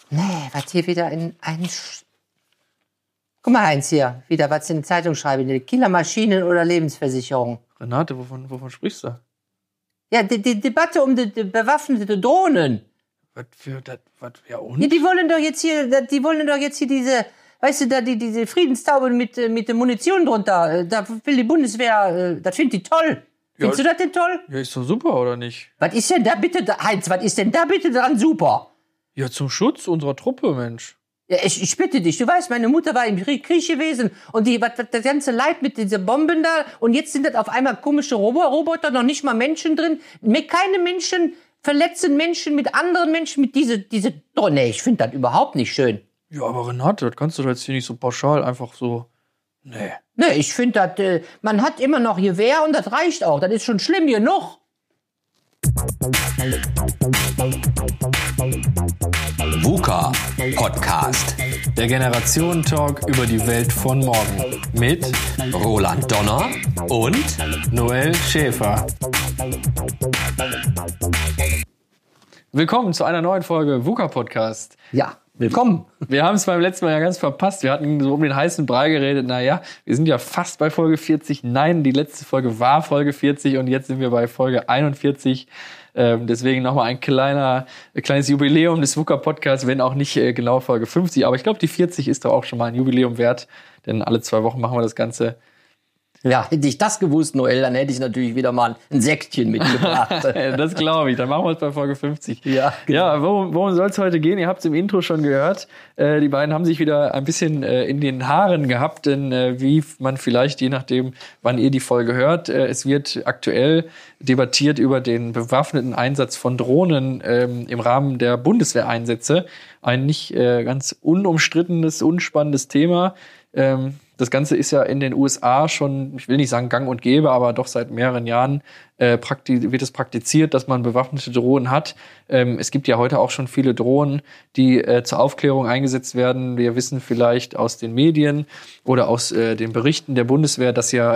Nee, was hier wieder in ein... Guck mal, Heinz, hier. Wieder was in der Zeitung schreiben. Killermaschinen oder Lebensversicherung. Renate, wovon sprichst du? Ja, die Debatte um die bewaffnete Drohnen. Was ja und? Ja, die wollen doch jetzt hier diese, weißt du, da diese Friedenstaube mit der Munition drunter. Da will die Bundeswehr, das findet die toll. Findest du das denn toll? Ja, ist doch super, oder nicht? Was ist denn da bitte, Heinz, was ist denn da bitte dran super? Ja, zum Schutz unserer Truppe, Mensch. Ja, ich bitte dich, du weißt, meine Mutter war im Krieg gewesen und das ganze Leid mit diesen Bomben da und jetzt sind das auf einmal komische Roboter, noch nicht mal Menschen drin. Keine Menschen verletzen Menschen mit anderen Menschen mit diese nee, ich finde das überhaupt nicht schön. Ja, aber Renate, das kannst du doch jetzt hier nicht so pauschal einfach so, nee. Nee, ich finde das, man hat immer noch Gewehr und das reicht auch, das ist schon schlimm genug. VUCA Podcast. Der Generationen-Talk über die Welt von morgen. Mit Roland Donner und Noel Schäfer. Willkommen zu einer neuen Folge VUCA Podcast. Ja, willkommen. Wir haben es beim letzten Mal ja ganz verpasst. Wir hatten so um den heißen Brei geredet. Naja, wir sind ja fast bei Folge 40. Nein, die letzte Folge war Folge 40 und jetzt sind wir bei Folge 41. Deswegen nochmal ein kleines Jubiläum des VUCA Podcasts, wenn auch nicht genau Folge 50. Aber ich glaube, die 40 ist doch auch schon mal ein Jubiläum wert, denn alle 2 Wochen machen wir das Ganze. Ja, hätte ich das gewusst, Noel, dann hätte ich natürlich wieder mal ein Säckchen mitgebracht. Das glaube ich. Dann machen wir es bei Folge 50. Ja, genau. Ja, worum soll es heute gehen? Ihr habt es im Intro schon gehört. Die beiden haben sich wieder ein bisschen in den Haaren gehabt, denn wie man vielleicht, je nachdem, wann ihr die Folge hört, es wird aktuell debattiert über den bewaffneten Einsatz von Drohnen im Rahmen der Bundeswehreinsätze. Ein nicht ganz unumstrittenes, unspannendes Thema. Das Ganze ist ja in den USA schon, ich will nicht sagen gang und gäbe, aber doch seit mehreren Jahren wird es praktiziert, dass man bewaffnete Drohnen hat. Es gibt ja heute auch schon viele Drohnen, die zur Aufklärung eingesetzt werden. Wir wissen vielleicht aus den Medien oder aus den Berichten der Bundeswehr, dass ja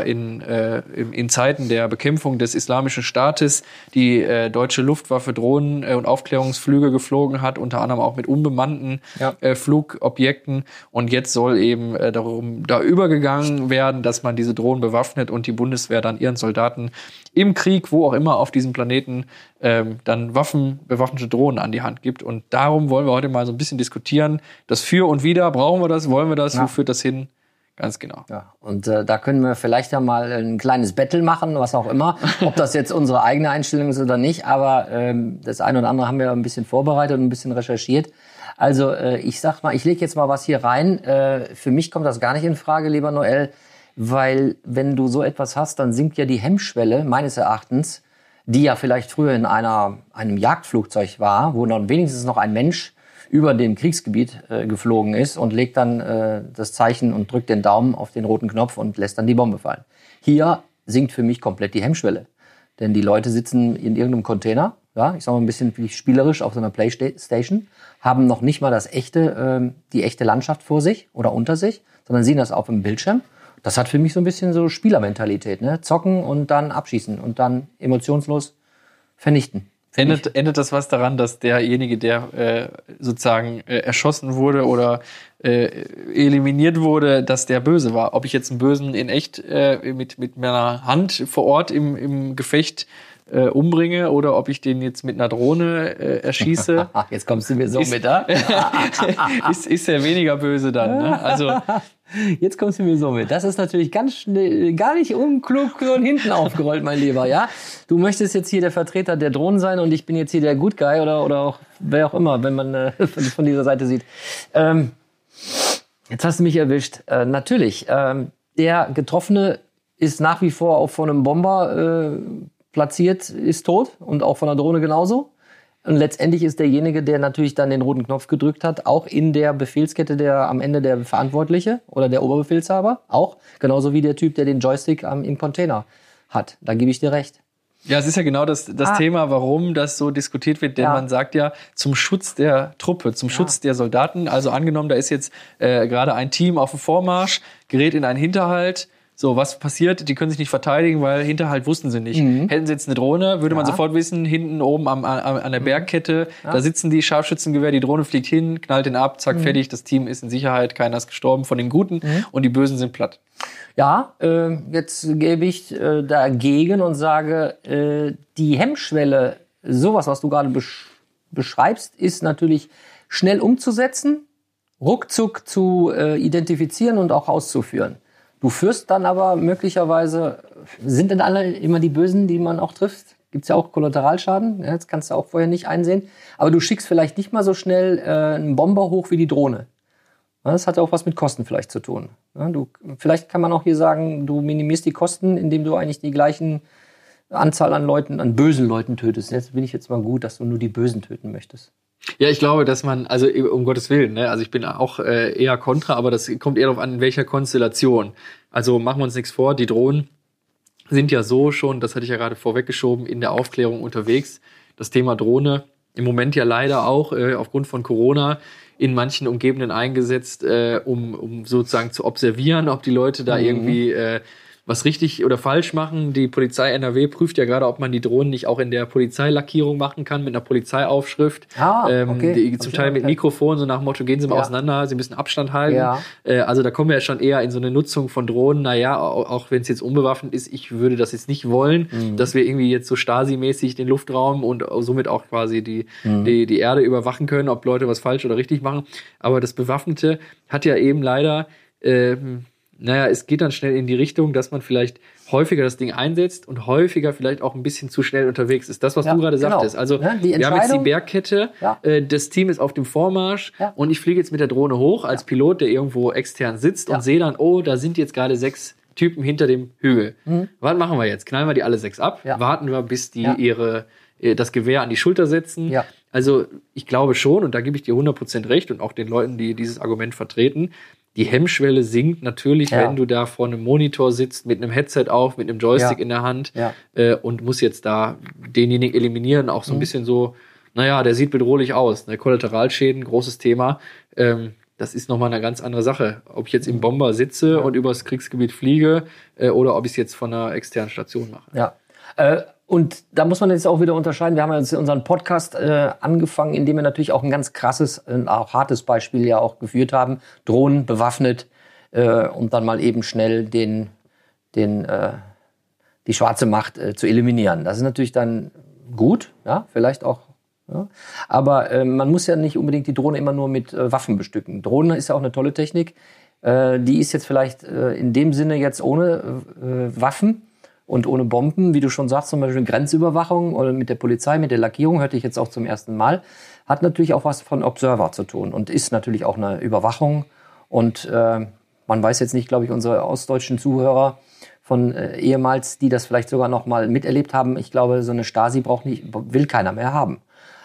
in Zeiten der Bekämpfung des Islamischen Staates die deutsche Luftwaffe Drohnen und Aufklärungsflüge geflogen hat, unter anderem auch mit unbemannten Flugobjekten. Und jetzt soll eben da übergegangen werden, dass man diese Drohnen bewaffnet und die Bundeswehr dann ihren Soldaten im Krieg, wo auch immer auf diesem Planeten, dann bewaffnete Drohnen an die Hand gibt. Und darum wollen wir heute mal so ein bisschen diskutieren. Das Für und Wider, brauchen wir das, wollen wir das, Wo führt das hin? Ganz genau. Ja, und da können wir vielleicht ja mal ein kleines Battle machen, was auch immer, ob das jetzt unsere eigene Einstellung ist oder nicht. Aber das eine oder andere haben wir ein bisschen vorbereitet und ein bisschen recherchiert. Also ich sag mal, ich lege jetzt mal was hier rein. Für mich kommt das gar nicht in Frage, lieber Noel, weil wenn du so etwas hast, dann sinkt ja die Hemmschwelle, meines Erachtens, die ja vielleicht früher in einem Jagdflugzeug war, wo dann wenigstens noch ein Mensch über dem Kriegsgebiet geflogen ist und legt dann das Zeichen und drückt den Daumen auf den roten Knopf und lässt dann die Bombe fallen. Hier sinkt für mich komplett die Hemmschwelle. Denn die Leute sitzen in irgendeinem Container, ja, ich sag mal ein bisschen wie spielerisch auf so einer Playstation, haben noch nicht mal die echte Landschaft vor sich oder unter sich, sondern sehen das auf dem Bildschirm. Das hat für mich so ein bisschen so Spielermentalität, ne? Zocken und dann abschießen und dann emotionslos vernichten. Endet das was daran, dass derjenige, der sozusagen erschossen wurde oder eliminiert wurde, dass der böse war? Ob ich jetzt einen Bösen in echt mit meiner Hand vor Ort im Gefecht umbringe oder ob ich den jetzt mit einer Drohne erschieße. Jetzt kommst du mir so mit, da? ist er weniger böse dann, ne? Also jetzt kommst du mir so mit. Das ist natürlich ganz schnell, gar nicht unklug von hinten aufgerollt, mein Lieber, ja? Du möchtest jetzt hier der Vertreter der Drohnen sein und ich bin jetzt hier der Good Guy oder auch wer auch immer, wenn man von dieser Seite sieht. Jetzt hast du mich erwischt. Natürlich, der Getroffene ist nach wie vor auch von einem Bomber platziert, ist tot und auch von der Drohne genauso. Und letztendlich ist derjenige, der natürlich dann den roten Knopf gedrückt hat, auch in der Befehlskette am Ende der Verantwortliche oder der Oberbefehlshaber, auch. Genauso wie der Typ, der den Joystick im Container hat. Da gebe ich dir recht. Ja, es ist ja genau das Thema, warum das so diskutiert wird, denn man sagt ja, zum Schutz der Truppe, zum Schutz der Soldaten, also angenommen, da ist jetzt gerade ein Team auf dem Vormarsch, gerät in einen Hinterhalt, So, was passiert? Die können sich nicht verteidigen, weil Hinterhalt wussten sie nicht. Hätten sie jetzt eine Drohne, würde man sofort wissen, hinten oben an der Bergkette, da sitzen die, Scharfschützengewehr, die Drohne fliegt hin, knallt den ab, zack, fertig, das Team ist in Sicherheit, keiner ist gestorben von den Guten und die Bösen sind platt. Ja, jetzt gebe ich dagegen und sage, die Hemmschwelle, sowas, was du gerade beschreibst, ist natürlich schnell umzusetzen, ruckzuck zu identifizieren und auch auszuführen. Du führst dann aber möglicherweise, sind denn alle immer die Bösen, die man auch trifft? Gibt's ja auch Kollateralschaden, ja, das kannst du auch vorher nicht einsehen. Aber du schickst vielleicht nicht mal so schnell einen Bomber hoch wie die Drohne. Ja, das hat auch was mit Kosten vielleicht zu tun. Ja, vielleicht kann man auch hier sagen, du minimierst die Kosten, indem du eigentlich die gleichen Anzahl an Leuten, an bösen Leuten tötest. Jetzt bin ich jetzt mal gut, dass du nur die Bösen töten möchtest. Ja, ich glaube, dass man, also um Gottes Willen, ne, also ich bin auch eher kontra, aber das kommt eher darauf an, in welcher Konstellation. Also machen wir uns nichts vor, die Drohnen sind ja so schon, das hatte ich ja gerade vorweggeschoben, in der Aufklärung unterwegs. Das Thema Drohne im Moment ja leider auch aufgrund von Corona in manchen Umgebenden eingesetzt, um sozusagen zu observieren, ob die Leute da irgendwie was richtig oder falsch machen. Die Polizei NRW prüft ja gerade, ob man die Drohnen nicht auch in der Polizeilackierung machen kann, mit einer Polizeiaufschrift. Okay. Zum Teil mit Mikrofon, so nach dem Motto, gehen Sie mal auseinander, Sie müssen Abstand halten. Ja. Also da kommen wir ja schon eher in so eine Nutzung von Drohnen. Naja, auch wenn es jetzt unbewaffnet ist, ich würde das jetzt nicht wollen, dass wir irgendwie jetzt so Stasi-mäßig den Luftraum und somit auch quasi die Erde überwachen können, ob Leute was falsch oder richtig machen. Aber das Bewaffnete hat ja eben leider es geht dann schnell in die Richtung, dass man vielleicht häufiger das Ding einsetzt und häufiger vielleicht auch ein bisschen zu schnell unterwegs ist. Das, was du gerade sagtest. Also wir haben jetzt die Bergkette, das Team ist auf dem Vormarsch und ich fliege jetzt mit der Drohne hoch als Pilot, der irgendwo extern sitzt und sehe dann, da sind jetzt gerade 6 Typen hinter dem Hügel. Was machen wir jetzt? Knallen wir die alle 6 ab? Warten wir, bis die das Gewehr an die Schulter setzen? Ja. Also ich glaube schon, und da gebe ich dir 100% recht und auch den Leuten, die dieses Argument vertreten, die Hemmschwelle sinkt natürlich, wenn du da vor einem Monitor sitzt, mit einem Headset auf, mit einem Joystick in der Hand und muss jetzt da denjenigen eliminieren. Auch so ein bisschen so, der sieht bedrohlich aus. Ne? Kollateralschäden, großes Thema. Das ist nochmal eine ganz andere Sache. Ob ich jetzt im Bomber sitze und übers Kriegsgebiet fliege oder ob ich es jetzt von einer externen Station mache. Ja. Und da muss man jetzt auch wieder unterscheiden. Wir haben jetzt unseren Podcast angefangen, indem wir natürlich auch ein ganz krasses, auch hartes Beispiel ja auch geführt haben. Drohnen bewaffnet und dann mal eben schnell die schwarze Macht zu eliminieren. Das ist natürlich dann gut, ja, vielleicht auch. Ja. Aber man muss ja nicht unbedingt die Drohne immer nur mit Waffen bestücken. Drohne ist ja auch eine tolle Technik. Die ist jetzt vielleicht in dem Sinne jetzt ohne Waffen und ohne Bomben, wie du schon sagst, zum Beispiel Grenzüberwachung oder mit der Polizei, mit der Lackierung, hörte ich jetzt auch zum ersten Mal, hat natürlich auch was von Observer zu tun und ist natürlich auch eine Überwachung. Und man weiß jetzt nicht, glaube ich, unsere ostdeutschen Zuhörer von ehemals, die das vielleicht sogar noch mal miterlebt haben, ich glaube, so eine Stasi will keiner mehr haben.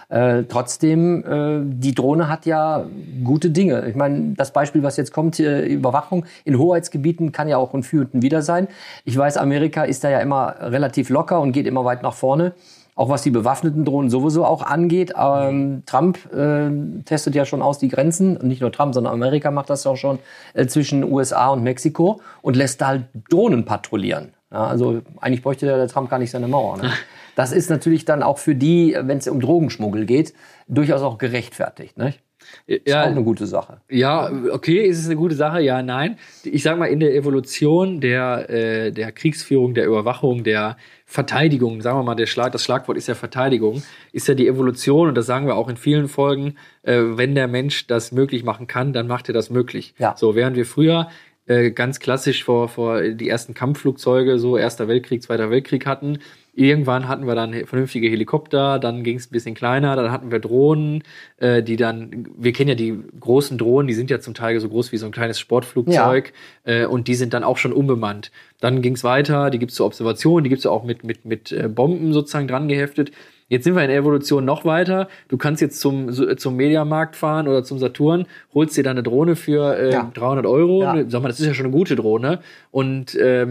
Trotzdem, die Drohne hat ja gute Dinge. Ich meine, das Beispiel, was jetzt kommt, Überwachung in Hoheitsgebieten kann ja auch ein Für und ein Wider sein. Ich weiß, Amerika ist da ja immer relativ locker und geht immer weit nach vorne. Auch was die bewaffneten Drohnen sowieso auch angeht. Trump testet ja schon aus die Grenzen. Und nicht nur Trump, sondern Amerika macht das auch schon zwischen USA und Mexiko und lässt da halt Drohnen patrouillieren. Ja, also eigentlich bräuchte der Trump gar nicht seine Mauer. Ne? Das ist natürlich dann auch für die, wenn es um Drogenschmuggel geht, durchaus auch gerechtfertigt. Ne? Ist auch eine gute Sache. Ja, okay, ist es eine gute Sache? Ja, nein. Ich sage mal, in der Evolution der Kriegsführung, der Überwachung, der Verteidigung, sagen wir mal, das Schlagwort ist ja Verteidigung, ist ja die Evolution, und das sagen wir auch in vielen Folgen, wenn der Mensch das möglich machen kann, dann macht er das möglich. Ja. So, während wir früher ganz klassisch vor die ersten Kampfflugzeuge, so Erster Weltkrieg, Zweiter Weltkrieg hatten. Irgendwann hatten wir dann vernünftige Helikopter, dann ging es ein bisschen kleiner, dann hatten wir Drohnen, wir kennen ja die großen Drohnen, die sind ja zum Teil so groß wie so ein kleines Sportflugzeug, und die sind dann auch schon unbemannt. Dann ging es weiter, die gibt's zur Observation, die gibt's auch mit Bomben sozusagen dran geheftet. Jetzt sind wir in der Evolution noch weiter. Du kannst jetzt zum Mediamarkt fahren oder zum Saturn, holst dir da eine Drohne für 300 €. Ja. Sag mal, das ist ja schon eine gute Drohne. Und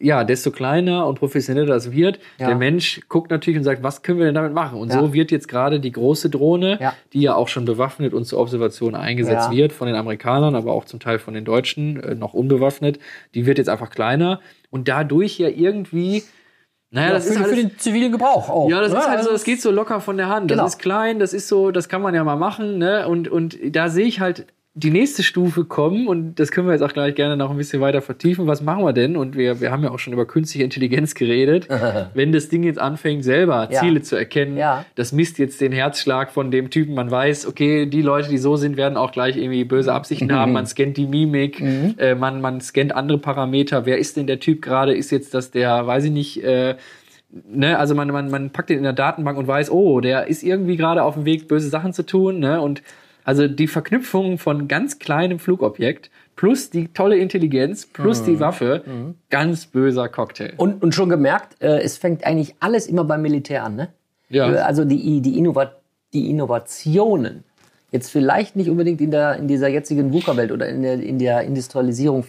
desto kleiner und professioneller das wird. Ja. Der Mensch guckt natürlich und sagt, was können wir denn damit machen? Und so wird jetzt gerade die große Drohne, die ja auch schon bewaffnet und zur Observation eingesetzt wird von den Amerikanern, aber auch zum Teil von den Deutschen, noch unbewaffnet, die wird jetzt einfach kleiner und dadurch ja irgendwie das ist für den zivilen Gebrauch auch. Ja, das ist halt so, das geht so locker von der Hand. Genau. Das ist klein, das ist so, das kann man ja mal machen, ne? Und da sehe ich halt die nächste Stufe kommen und das können wir jetzt auch gleich gerne noch ein bisschen weiter vertiefen. Was machen wir denn? Und wir haben ja auch schon über künstliche Intelligenz geredet. Wenn das Ding jetzt anfängt, selber Ziele zu erkennen, das misst jetzt den Herzschlag von dem Typen. Man weiß, okay, die Leute, die so sind, werden auch gleich irgendwie böse Absichten haben. Man scannt die Mimik, man scannt andere Parameter. Wer ist denn der Typ gerade? Ist jetzt das der, weiß ich nicht, also man packt den in der Datenbank und weiß, oh, der ist irgendwie gerade auf dem Weg, böse Sachen zu tun, ne? Und also die Verknüpfung von ganz kleinem Flugobjekt plus die tolle Intelligenz plus die Waffe, ganz böser Cocktail. Und schon gemerkt, es fängt eigentlich alles immer beim Militär an, ne? Ja. Also die Innovationen, jetzt vielleicht nicht unbedingt in dieser jetzigen VUCA-Welt oder in der Industrialisierung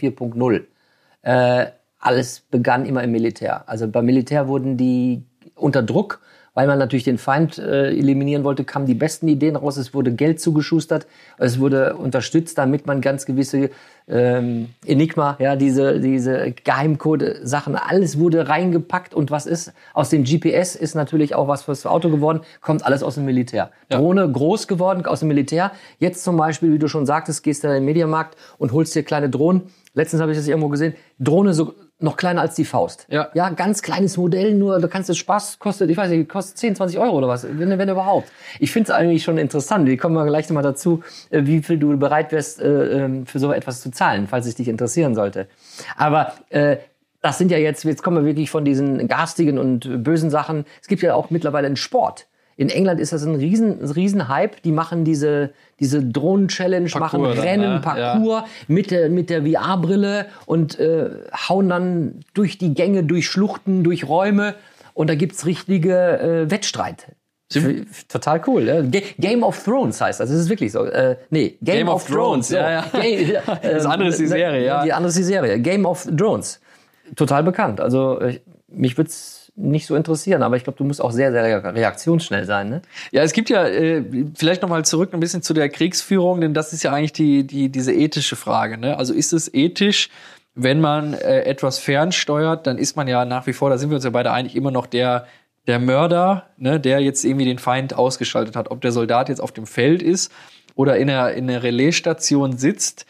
4.0. Alles begann immer im Militär. Also beim Militär wurden die unter Druck, weil man natürlich den Feind eliminieren wollte, kamen die besten Ideen raus. Es wurde Geld zugeschustert, es wurde unterstützt, damit man ganz gewisse Enigma, diese Geheimcode-Sachen, alles wurde reingepackt. Und was ist aus dem GPS ist natürlich auch was fürs Auto geworden, kommt alles aus dem Militär. Ja. Drohne groß geworden aus dem Militär. Jetzt zum Beispiel, wie du schon sagtest, gehst du in den Mediamarkt und holst dir kleine Drohnen. Letztens habe ich das irgendwo gesehen. Drohne so noch kleiner als die Faust. Ja, ganz kleines Modell, nur du kannst es Spaß, kostet 10, 20 Euro oder was, wenn überhaupt. Ich finde es eigentlich schon interessant. Wir kommen mal gleich nochmal dazu, wie viel du bereit wärst, für so etwas zu zahlen, falls es dich interessieren sollte. Aber das sind ja jetzt kommen wir wirklich von diesen garstigen und bösen Sachen. Es gibt ja auch mittlerweile einen Sport. In England ist das ein riesen Hype. Die machen diese Drohnen-Challenge, machen Rennen, Parcours mit der VR-Brille und hauen dann durch die Gänge, durch Schluchten, durch Räume. Und da gibt's richtige Wettstreit. Total cool. Ja? Game of Thrones heißt das. Das ist wirklich so. Game of Thrones. So. Ja. Das andere ist die Serie, ja. Die andere ist die Serie. Game of Thrones. Total bekannt. Also mich würd's nicht so interessieren, aber ich glaube, du musst auch sehr, sehr reaktionsschnell sein, ne? Ja, es gibt ja, vielleicht nochmal zurück ein bisschen zu der Kriegsführung, denn das ist ja eigentlich diese ethische Frage, ne? Also ist es ethisch, wenn man etwas fernsteuert, dann ist man ja nach wie vor, da sind wir uns ja beide einig, immer noch der Mörder, ne, der jetzt irgendwie den Feind ausgeschaltet hat. Ob der Soldat jetzt auf dem Feld ist oder in einer Relaisstation sitzt,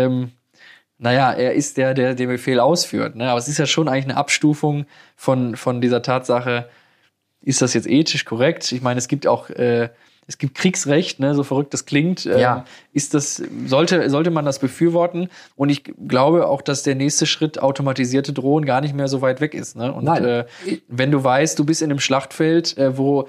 er ist der den Befehl ausführt. Ne? Aber es ist ja schon eigentlich eine Abstufung von dieser Tatsache, ist das jetzt ethisch korrekt? Ich meine, es gibt auch es gibt Kriegsrecht, ne, so verrückt das klingt. Sollte man das befürworten? Und ich glaube auch, dass der nächste Schritt automatisierte Drohnen gar nicht mehr so weit weg ist. Ne? Und wenn du weißt, du bist in einem Schlachtfeld, wo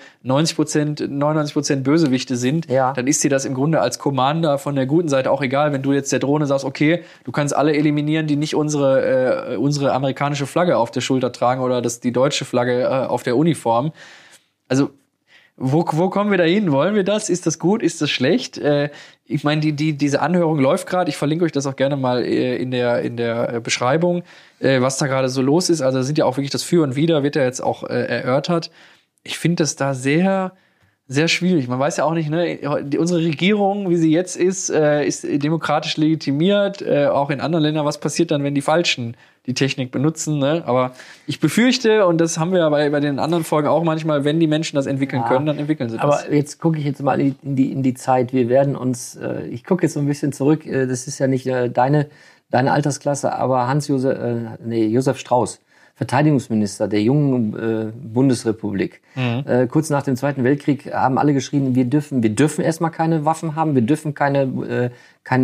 99% Bösewichte sind, dann ist dir das im Grunde als Commander von der guten Seite auch egal, wenn du jetzt der Drohne sagst, okay, du kannst alle eliminieren, die nicht unsere amerikanische Flagge auf der Schulter tragen oder die deutsche Flagge auf der Uniform. Also Wo kommen wir da hin? Wollen wir das? Ist das gut? Ist das schlecht? Ich meine, diese Anhörung läuft gerade. Ich verlinke euch das auch gerne mal in der Beschreibung, was da gerade so los ist. Also da sind ja auch wirklich das Für und Wider, wird ja jetzt auch erörtert. Ich finde das da sehr, sehr schwierig. Man weiß ja auch nicht, ne, unsere Regierung, wie sie jetzt ist demokratisch legitimiert, auch in anderen Ländern. Was passiert dann, wenn die Falschen die Technik benutzen, ne? Aber ich befürchte, und das haben wir bei den anderen Folgen auch manchmal, wenn die Menschen das entwickeln können, dann entwickeln sie das. Aber jetzt gucke ich jetzt mal in die Zeit. Wir werden uns, ich gucke jetzt so ein bisschen zurück, das ist ja nicht deine Altersklasse, aber Josef Strauß, Verteidigungsminister der jungen Bundesrepublik. Kurz nach dem Zweiten Weltkrieg haben alle geschrien, wir dürfen erstmal keine Waffen haben, wir dürfen keine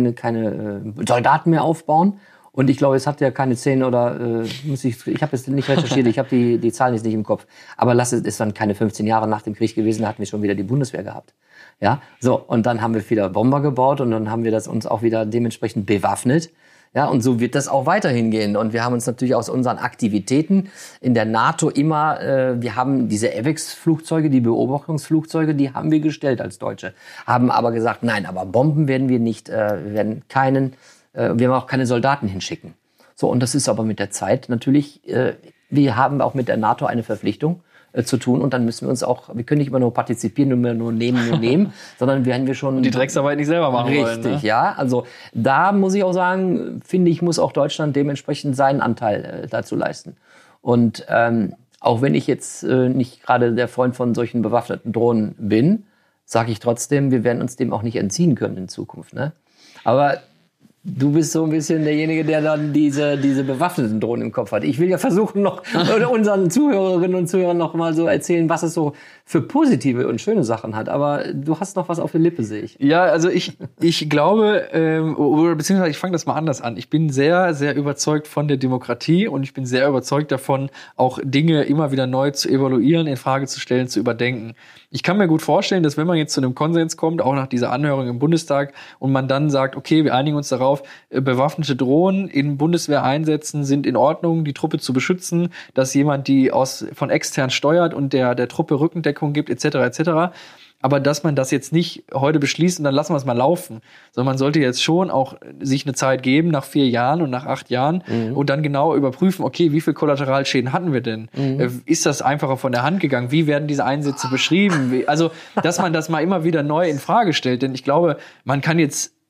Soldaten mehr aufbauen. Und ich glaube, es hat ja keine 10 oder ich habe es nicht recherchiert, ich habe die Zahlen jetzt nicht im Kopf. Aber es waren keine 15 Jahre nach dem Krieg gewesen, da hatten wir schon wieder die Bundeswehr gehabt. Ja, so, und dann haben wir wieder Bomber gebaut und dann haben wir das uns auch wieder dementsprechend bewaffnet. Ja, und so wird das auch weiterhin gehen. Und wir haben uns natürlich aus unseren Aktivitäten in der NATO immer, wir haben diese AWACS-Flugzeuge, die Beobachtungsflugzeuge, die haben wir gestellt als Deutsche. Haben aber gesagt, nein, aber Bomben werden wir nicht, wir haben auch keine Soldaten hinschicken. So, und das ist aber mit der Zeit natürlich, wir haben auch mit der NATO eine Verpflichtung zu tun und dann müssen wir uns auch, wir können nicht immer nur partizipieren, immer nur nehmen, sondern werden wir schon... Und die Drecksarbeit nicht selber machen wollen. Richtig, ja. Also da muss ich auch sagen, finde ich, muss auch Deutschland dementsprechend seinen Anteil dazu leisten. Und auch wenn ich jetzt nicht gerade der Freund von solchen bewaffneten Drohnen bin, sage ich trotzdem, wir werden uns dem auch nicht entziehen können in Zukunft. Ne? Aber du bist so ein bisschen derjenige, der dann diese bewaffneten Drohnen im Kopf hat. Ich will ja versuchen, noch unseren Zuhörerinnen und Zuhörern noch mal so erzählen, was es so für positive und schöne Sachen hat. Aber du hast noch was auf der Lippe, sehe ich. Ja, also ich glaube, oder beziehungsweise ich fange das mal anders an. Ich bin sehr, sehr überzeugt von der Demokratie und ich bin sehr überzeugt davon, auch Dinge immer wieder neu zu evaluieren, in Frage zu stellen, zu überdenken. Ich kann mir gut vorstellen, dass wenn man jetzt zu einem Konsens kommt, auch nach dieser Anhörung im Bundestag, und man dann sagt, okay, wir einigen uns darauf, bewaffnete Drohnen in Bundeswehreinsätzen sind in Ordnung, die Truppe zu beschützen, dass jemand die von extern steuert und der Truppe Rückendeckung gibt, etc., etc., aber dass man das jetzt nicht heute beschließt und dann lassen wir es mal laufen, sondern man sollte jetzt schon auch sich eine Zeit geben, nach 4 Jahren und nach 8 Jahren und dann genau überprüfen, okay, wie viel Kollateralschäden hatten wir denn? Ist das einfacher von der Hand gegangen? Wie werden diese Einsätze beschrieben? Also, dass man das mal immer wieder neu in Frage stellt, denn ich glaube, man kann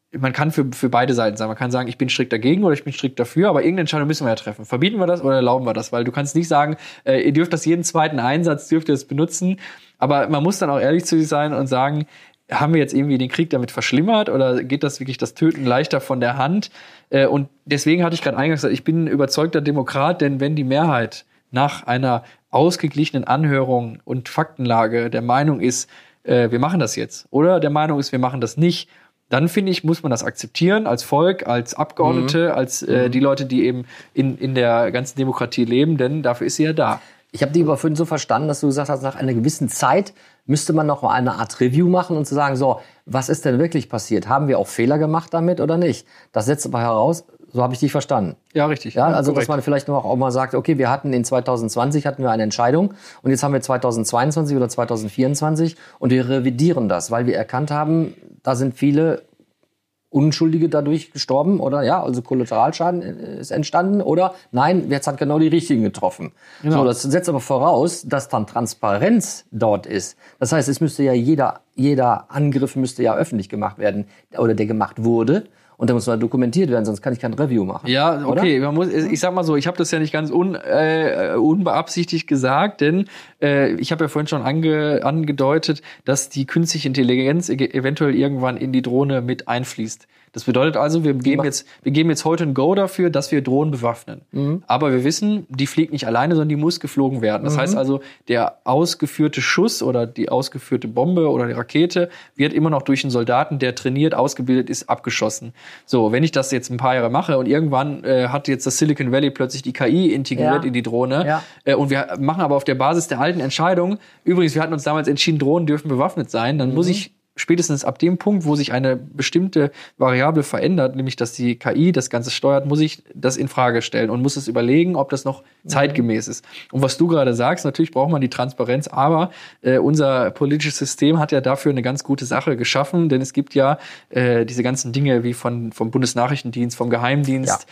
für beide Seiten sagen. Man kann sagen, ich bin strikt dagegen oder ich bin strikt dafür, aber irgendeine Entscheidung müssen wir ja treffen. Verbieten wir das oder erlauben wir das? Weil du kannst nicht sagen, ihr dürft das jeden zweiten Einsatz, dürft ihr das benutzen. Aber man muss dann auch ehrlich zu sich sein und sagen, haben wir jetzt irgendwie den Krieg damit verschlimmert oder geht das wirklich das Töten leichter von der Hand? Und deswegen hatte ich gerade eingangs gesagt, ich bin ein überzeugter Demokrat, denn wenn die Mehrheit nach einer ausgeglichenen Anhörung und Faktenlage der Meinung ist, wir machen das jetzt, oder der Meinung ist, wir machen das nicht, dann finde ich, muss man das akzeptieren als Volk, als Abgeordnete, als die Leute, die eben in der ganzen Demokratie leben, denn dafür ist sie ja da. Ich habe die aber vorhin so verstanden, dass du gesagt hast, nach einer gewissen Zeit müsste man noch mal eine Art Review machen und zu sagen, so, was ist denn wirklich passiert? Haben wir auch Fehler gemacht damit oder nicht? Das setzt aber heraus, so habe ich dich verstanden. Ja, richtig. Ja, also korrekt. dass man vielleicht noch auch mal sagt, okay, wir hatten in 2020 eine Entscheidung und jetzt haben wir 2022 oder 2024 und wir revidieren das, weil wir erkannt haben, da sind viele Unschuldige dadurch gestorben oder ja, also Kollateralschaden ist entstanden oder nein, jetzt hat genau die Richtigen getroffen. Genau. So, das setzt aber voraus, dass dann Transparenz dort ist. Das heißt, es müsste ja jeder Angriff müsste ja öffentlich gemacht werden oder der gemacht wurde. Und da muss man dokumentiert werden, sonst kann ich kein Review machen. Ja, okay. Oder? Ich sag mal so, ich habe das ja nicht ganz unbeabsichtigt gesagt, denn ich habe ja vorhin schon angedeutet, dass die künstliche Intelligenz eventuell irgendwann in die Drohne mit einfließt. Das bedeutet also, wir geben jetzt heute ein Go dafür, dass wir Drohnen bewaffnen. Aber wir wissen, die fliegt nicht alleine, sondern die muss geflogen werden. Das heißt also, der ausgeführte Schuss oder die ausgeführte Bombe oder die Rakete wird immer noch durch einen Soldaten, der trainiert, ausgebildet ist, abgeschossen. So, wenn ich das jetzt ein paar Jahre mache und irgendwann hat jetzt das Silicon Valley plötzlich die KI integriert in die Drohne und wir machen aber auf der Basis der alten Entscheidung, übrigens, wir hatten uns damals entschieden, Drohnen dürfen bewaffnet sein, dann muss ich spätestens ab dem Punkt, wo sich eine bestimmte Variable verändert, nämlich dass die KI das Ganze steuert, muss ich das in Frage stellen und muss es überlegen, ob das noch zeitgemäß ist. Und was du gerade sagst, natürlich braucht man die Transparenz, aber unser politisches System hat ja dafür eine ganz gute Sache geschaffen, denn es gibt ja diese ganzen Dinge wie vom Bundesnachrichtendienst, vom Geheimdienst,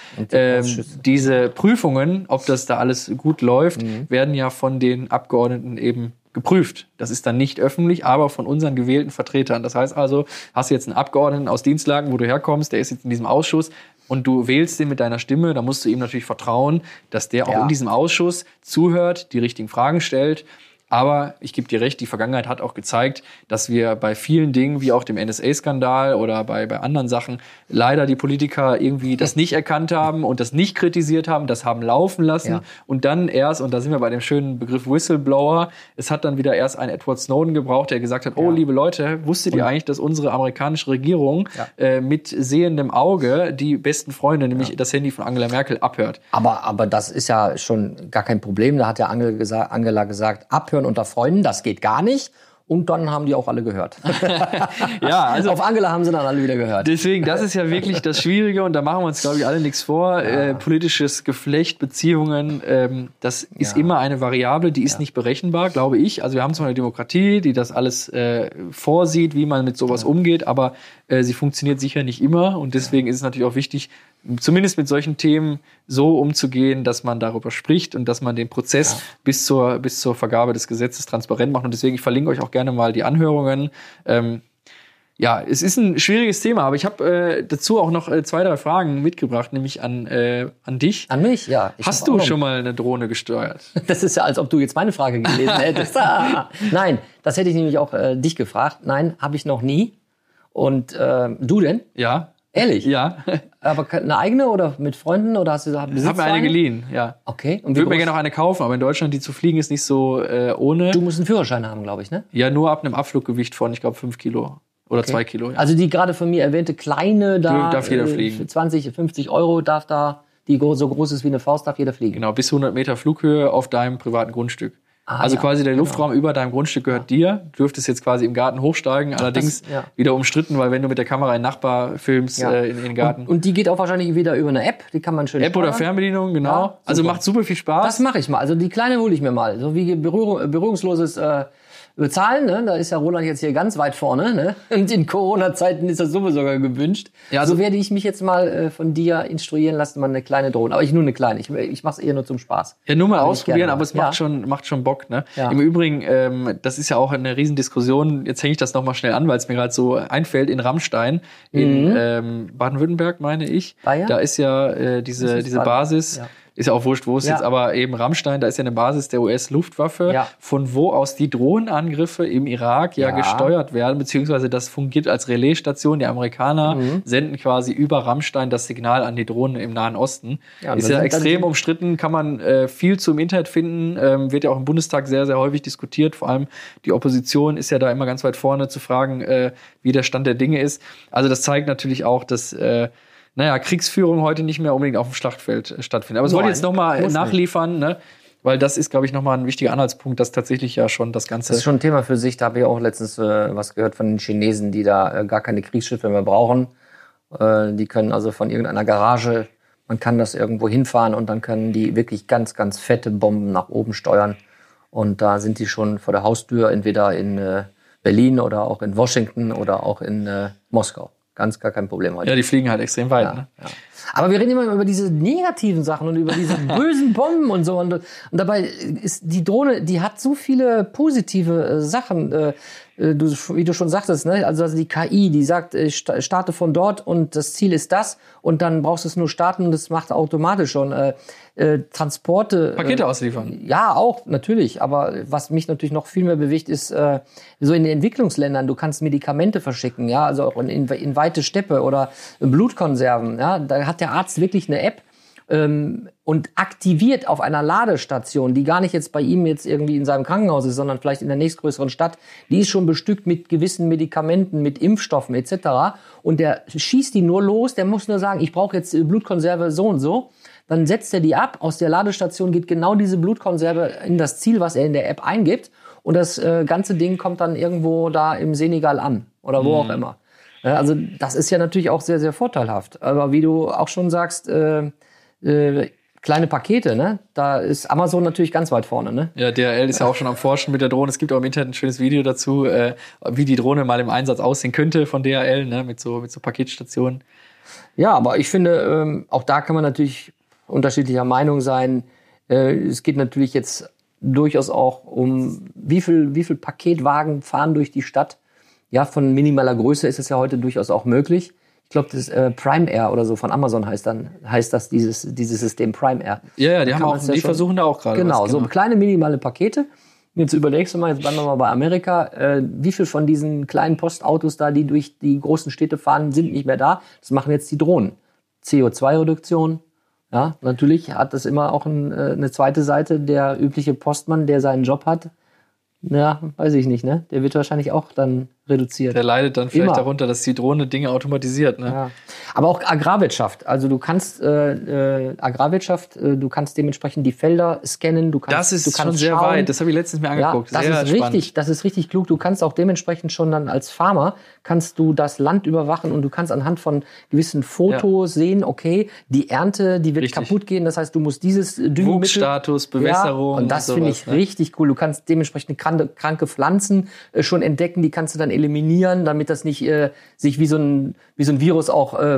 diese Prüfungen, ob das da alles gut läuft, werden ja von den Abgeordneten eben geprüft. Das ist dann nicht öffentlich, aber von unseren gewählten Vertretern. Das heißt also, hast du jetzt einen Abgeordneten aus Dienstlagen, wo du herkommst, der ist jetzt in diesem Ausschuss und du wählst den mit deiner Stimme, da musst du ihm natürlich vertrauen, dass der auch in diesem Ausschuss zuhört, die richtigen Fragen stellt. Aber ich gebe dir recht, die Vergangenheit hat auch gezeigt, dass wir bei vielen Dingen, wie auch dem NSA-Skandal oder bei anderen Sachen, leider die Politiker irgendwie das nicht erkannt haben und das nicht kritisiert haben, das haben laufen lassen. Und dann erst, und da sind wir bei dem schönen Begriff Whistleblower, es hat dann wieder erst einen Edward Snowden gebraucht, der gesagt hat, oh, liebe Leute, wusstet ihr eigentlich, dass unsere amerikanische Regierung mit sehendem Auge die besten Freunde, nämlich das Handy von Angela Merkel, abhört? Aber das ist ja schon gar kein Problem. Da hat ja Angela gesagt, abhören unter Freunden, das geht gar nicht. Und dann haben die auch alle gehört. Ja, also auf Angela haben sie dann alle wieder gehört. Deswegen, das ist ja wirklich das Schwierige und da machen wir uns, glaube ich, alle nichts vor. Politisches Geflecht, Beziehungen, das ist immer eine Variable, die ist nicht berechenbar, glaube ich. Also wir haben zwar eine Demokratie, die das alles vorsieht, wie man mit sowas umgeht, aber sie funktioniert sicher nicht immer und deswegen ist es natürlich auch wichtig, zumindest mit solchen Themen so umzugehen, dass man darüber spricht und dass man den Prozess bis zur Vergabe des Gesetzes transparent macht. Und deswegen, ich verlinke euch auch gerne mal die Anhörungen. Ja, es ist ein schwieriges Thema, aber ich habe dazu auch noch 2, 3 Fragen mitgebracht, nämlich an dich. An mich, ja. Hast du schon mal eine Drohne gesteuert? Das ist ja, als ob du jetzt meine Frage gelesen hättest. Nein, das hätte ich nämlich auch dich gefragt. Nein, habe ich noch nie. Und du denn? Ja. Ehrlich? Ja. Aber eine eigene oder mit Freunden oder hast du Ich habe mir eine geliehen, ja. Okay. Und Ich würde mir gerne noch eine kaufen, aber in Deutschland, die zu fliegen, ist nicht so ohne. Du musst einen Führerschein haben, glaube ich, ne? Ja, nur ab einem Abfluggewicht von, ich glaube, 5 Kilo. Oder 2 Kilo, ja. Also die gerade von mir erwähnte kleine da, Darf jeder fliegen. Für 20, 50 Euro darf da, die so groß ist wie eine Faust, darf jeder fliegen. Genau, bis 100 Meter Flughöhe auf deinem privaten Grundstück. Also quasi der Luftraum über deinem Grundstück gehört dir. Du dürftest jetzt quasi im Garten hochsteigen, allerdings wieder umstritten, weil wenn du mit der Kamera einen Nachbar filmst in den Garten. Und die geht auch wahrscheinlich wieder über eine App, die kann man schön App oder Fernbedienung, genau. Ja, also macht super viel Spaß. Das mache ich mal. Also die kleine hole ich mir mal. So wie berührungsloses Bezahlen, ne? Da ist ja Roland jetzt hier ganz weit vorne, ne? Und in Corona-Zeiten ist das sowieso sogar gewünscht. Ja, also werde ich mich jetzt mal von dir instruieren lassen, mal eine kleine Drohne. Aber nur eine kleine. Ich mache es eher nur zum Spaß. Ja, nur mal ausprobieren, aber es macht schon Bock, ne? Ja. Im Übrigen, das ist ja auch eine Riesendiskussion. Jetzt hänge ich das nochmal schnell an, weil es mir gerade so einfällt. In Rammstein, in Baden-Württemberg, meine ich. Bayern? Da ist ja diese Basis. Ja. Ist ja auch wurscht, wo es jetzt, aber eben Rammstein, da ist ja eine Basis der US-Luftwaffe, von wo aus die Drohnenangriffe im Irak gesteuert werden, beziehungsweise das fungiert als Relaisstation. Die Amerikaner senden quasi über Rammstein das Signal an die Drohnen im Nahen Osten. Ja, ist ja extrem umstritten, kann man viel zum Internet finden, wird ja auch im Bundestag sehr, sehr häufig diskutiert. Vor allem die Opposition ist ja da immer ganz weit vorne zu fragen, wie der Stand der Dinge ist. Also das zeigt natürlich auch, dass Kriegsführung heute nicht mehr unbedingt auf dem Schlachtfeld stattfindet. Aber das wollte ich jetzt nochmal nachliefern, ne? Weil das ist, glaube ich, nochmal ein wichtiger Anhaltspunkt, dass tatsächlich ja schon das Ganze... Das ist schon ein Thema für sich. Da habe ich auch letztens was gehört von den Chinesen, die da gar keine Kriegsschiffe mehr brauchen. Die können also von irgendeiner Garage, man kann das irgendwo hinfahren und dann können die wirklich ganz, ganz fette Bomben nach oben steuern. Und da sind die schon vor der Haustür, entweder in Berlin oder auch in Washington oder auch in Moskau. Gar kein Problem heute. Ja, die fliegen halt extrem weit. Ne? Ja. Aber wir reden immer über diese negativen Sachen und über diese bösen Bomben und so. Und dabei ist die Drohne, die hat so viele positive Sachen. Wie du schon sagtest, ne? Also die KI, die sagt, starte von dort und das Ziel ist das. Und dann brauchst du es nur starten und das macht automatisch schon. Transporte. Pakete ausliefern. Ja, auch, natürlich. Aber was mich natürlich noch viel mehr bewegt, ist so in den Entwicklungsländern, du kannst Medikamente verschicken, ja, also auch in weite Steppe oder Blutkonserven, ja. Da hat der Arzt wirklich eine App und aktiviert auf einer Ladestation, die gar nicht jetzt bei ihm jetzt irgendwie in seinem Krankenhaus ist, sondern vielleicht in der nächstgrößeren Stadt, die ist schon bestückt mit gewissen Medikamenten, mit Impfstoffen etc. Und der schießt die nur los, der muss nur sagen, ich brauche jetzt Blutkonserve so und so. Dann setzt er die ab, aus der Ladestation geht genau diese Blutkonserve in das Ziel, was er in der App eingibt. Und das ganze Ding kommt dann irgendwo da im Senegal an oder wo auch immer. Also das ist ja natürlich auch sehr, sehr vorteilhaft. Aber wie du auch schon sagst, kleine Pakete, ne? Da ist Amazon natürlich ganz weit vorne, ne? Ja, DHL ist ja auch schon am Forschen mit der Drohne. Es gibt auch im Internet ein schönes Video dazu, wie die Drohne mal im Einsatz aussehen könnte von DHL, ne? Mit so Paketstationen. Ja, aber ich finde, auch da kann man natürlich unterschiedlicher Meinung sein. Es geht natürlich jetzt durchaus auch um, wie viel Paketwagen fahren durch die Stadt. Ja, von minimaler Größe ist es ja heute durchaus auch möglich. Ich glaube, das Prime Air oder so von Amazon heißt das dieses System Prime Air. Ja, die versuchen da auch gerade. Genau, so kleine minimale Pakete. Jetzt überlegst du mal, jetzt bleiben wir mal bei Amerika, wie viel von diesen kleinen Postautos da, die durch die großen Städte fahren, sind nicht mehr da. Das machen jetzt die Drohnen. CO2-Reduktion. Ja, natürlich hat das immer auch eine zweite Seite. Der übliche Postmann, der seinen Job hat, ja, weiß ich nicht, ne? Der wird wahrscheinlich auch dann reduziert. Der leidet dann vielleicht darunter, dass die Drohne Dinge automatisiert, ne? Ja. Aber auch Agrarwirtschaft. Also du kannst Agrarwirtschaft, du kannst dementsprechend die Felder scannen. Du kannst, das ist du kannst schon sehr schauen. weit. Das habe ich letztens mir angeguckt. Ja, das ist richtig klug. Du kannst auch dementsprechend schon dann als Farmer kannst du das Land überwachen und du kannst anhand von gewissen Fotos sehen, okay, die Ernte, die wird kaputt gehen. Das heißt, du musst dieses Düngemittel, Wuchsstatus, Bewässerung. Und das finde ich richtig cool. Du kannst dementsprechend kranke Pflanzen schon entdecken. Die kannst du dann eliminieren, damit das nicht sich wie so ein Virus auch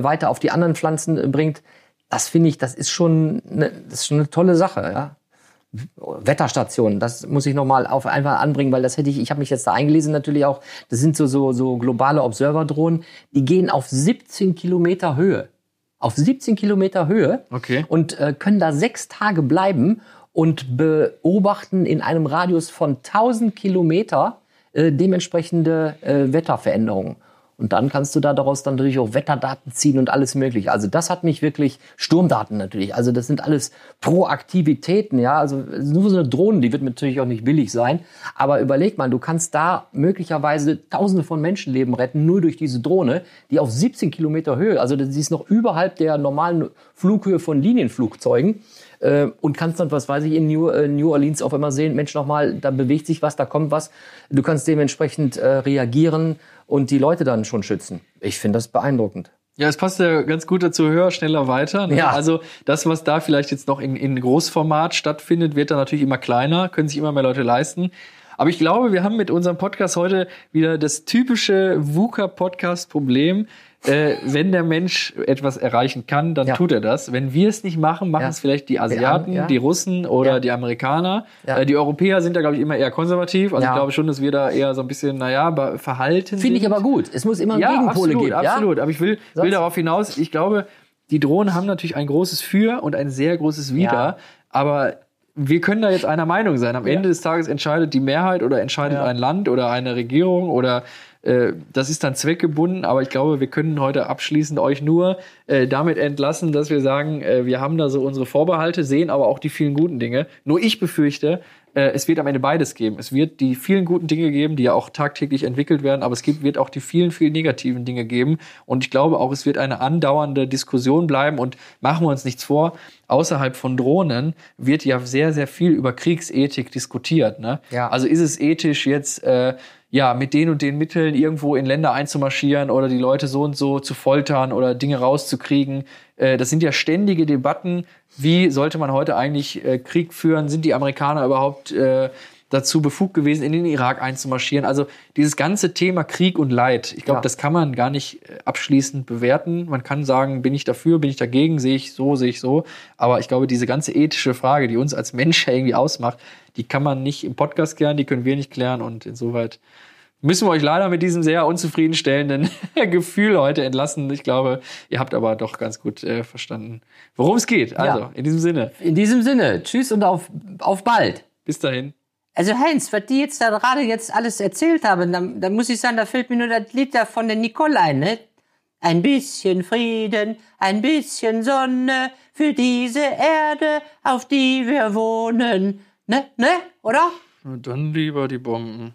weiter auf die anderen Pflanzen bringt. Das finde ich, das ist schon eine tolle Sache, ja. Wetterstationen, das muss ich nochmal einfach anbringen, weil ich habe mich jetzt da eingelesen natürlich auch, das sind so globale Observer-Drohnen, die gehen auf 17 Kilometer Höhe. Auf 17 Kilometer Höhe. Okay. Und können da 6 Tage bleiben und beobachten in einem Radius von 1000 Kilometer dementsprechende Wetterveränderungen. Und dann kannst du daraus dann natürlich auch Wetterdaten ziehen und alles mögliche. Also das hat mich wirklich, Sturmdaten natürlich, also das sind alles Proaktivitäten, ja. Also nur so eine Drohne, die wird natürlich auch nicht billig sein. Aber überleg mal, du kannst da möglicherweise Tausende von Menschenleben retten, nur durch diese Drohne, die auf 17 Kilometer Höhe, also sie ist noch überhalb der normalen Flughöhe von Linienflugzeugen. Und kannst dann, was weiß ich, in New Orleans auf einmal sehen, Mensch, nochmal, da bewegt sich was, da kommt was. Du kannst dementsprechend reagieren und die Leute dann schon schützen. Ich finde das beeindruckend. Ja, es passt ja ganz gut dazu, höher, schneller, weiter. Ne? Ja. Also das, was da vielleicht jetzt noch in Großformat stattfindet, wird dann natürlich immer kleiner, können sich immer mehr Leute leisten. Aber ich glaube, wir haben mit unserem Podcast heute wieder das typische VUCA-Podcast-Problem. Wenn der Mensch etwas erreichen kann, dann tut er das. Wenn wir es nicht machen, machen es vielleicht die Asiaten, die Russen oder die Amerikaner. Ja. Die Europäer sind da, glaube ich, immer eher konservativ. Also ich glaube schon, dass wir da eher so ein bisschen, verhalten Finde ich aber gut. Es muss immer Gegenpole geben. Ja, absolut. Aber ich will darauf hinaus, ich glaube, die Drohnen haben natürlich ein großes Für und ein sehr großes Wider. Aber wir können da jetzt einer Meinung sein. Am Ende des Tages entscheidet die Mehrheit oder entscheidet ein Land oder eine Regierung oder das ist dann zweckgebunden, aber ich glaube, wir können heute abschließend euch nur damit entlassen, dass wir sagen, wir haben da so unsere Vorbehalte, sehen aber auch die vielen guten Dinge. Nur ich befürchte, es wird am Ende beides geben. Es wird die vielen guten Dinge geben, die ja auch tagtäglich entwickelt werden, aber wird auch die vielen, vielen negativen Dinge geben. Und ich glaube auch, es wird eine andauernde Diskussion bleiben. Und machen wir uns nichts vor, außerhalb von Drohnen wird ja sehr, sehr viel über Kriegsethik diskutiert. Ne? Ja. Also ist es ethisch jetzt mit den und den Mitteln irgendwo in Länder einzumarschieren oder die Leute so und so zu foltern oder Dinge rauszukriegen. Das sind ja ständige Debatten. Wie sollte man heute eigentlich Krieg führen? Sind die Amerikaner überhaupt dazu befugt gewesen, in den Irak einzumarschieren? Also dieses ganze Thema Krieg und Leid, ich glaube, das kann man gar nicht abschließend bewerten. Man kann sagen, bin ich dafür, bin ich dagegen, sehe ich so. Aber ich glaube, diese ganze ethische Frage, die uns als Mensch irgendwie ausmacht, die kann man nicht im Podcast klären, die können wir nicht klären. Und insoweit müssen wir euch leider mit diesem sehr unzufriedenstellenden Gefühl heute entlassen. Ich glaube, ihr habt aber doch ganz gut verstanden, worum es geht. Also, in diesem Sinne. In diesem Sinne. Tschüss und auf bald. Bis dahin. Also Heinz, was die jetzt da gerade jetzt alles erzählt haben, da muss ich sagen, da fällt mir nur das Lied da von der Nicole ein, ne? Ein bisschen Frieden, ein bisschen Sonne für diese Erde, auf die wir wohnen. Ne? Oder? Und dann lieber die Bomben.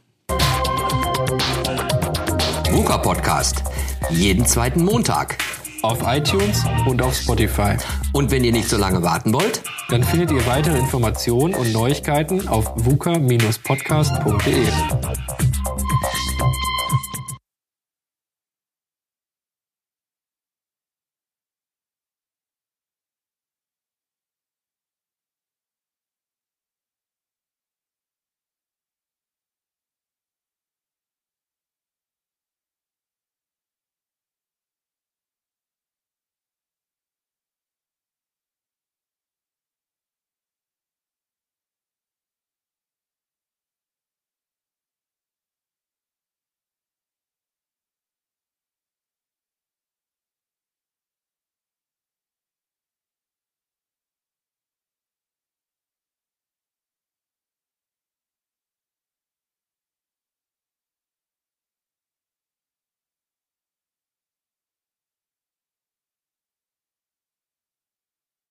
VUCA Podcast. Jeden zweiten Montag. Auf iTunes und auf Spotify. Und wenn ihr nicht so lange warten wollt, dann findet ihr weitere Informationen und Neuigkeiten auf vuca-podcast.de.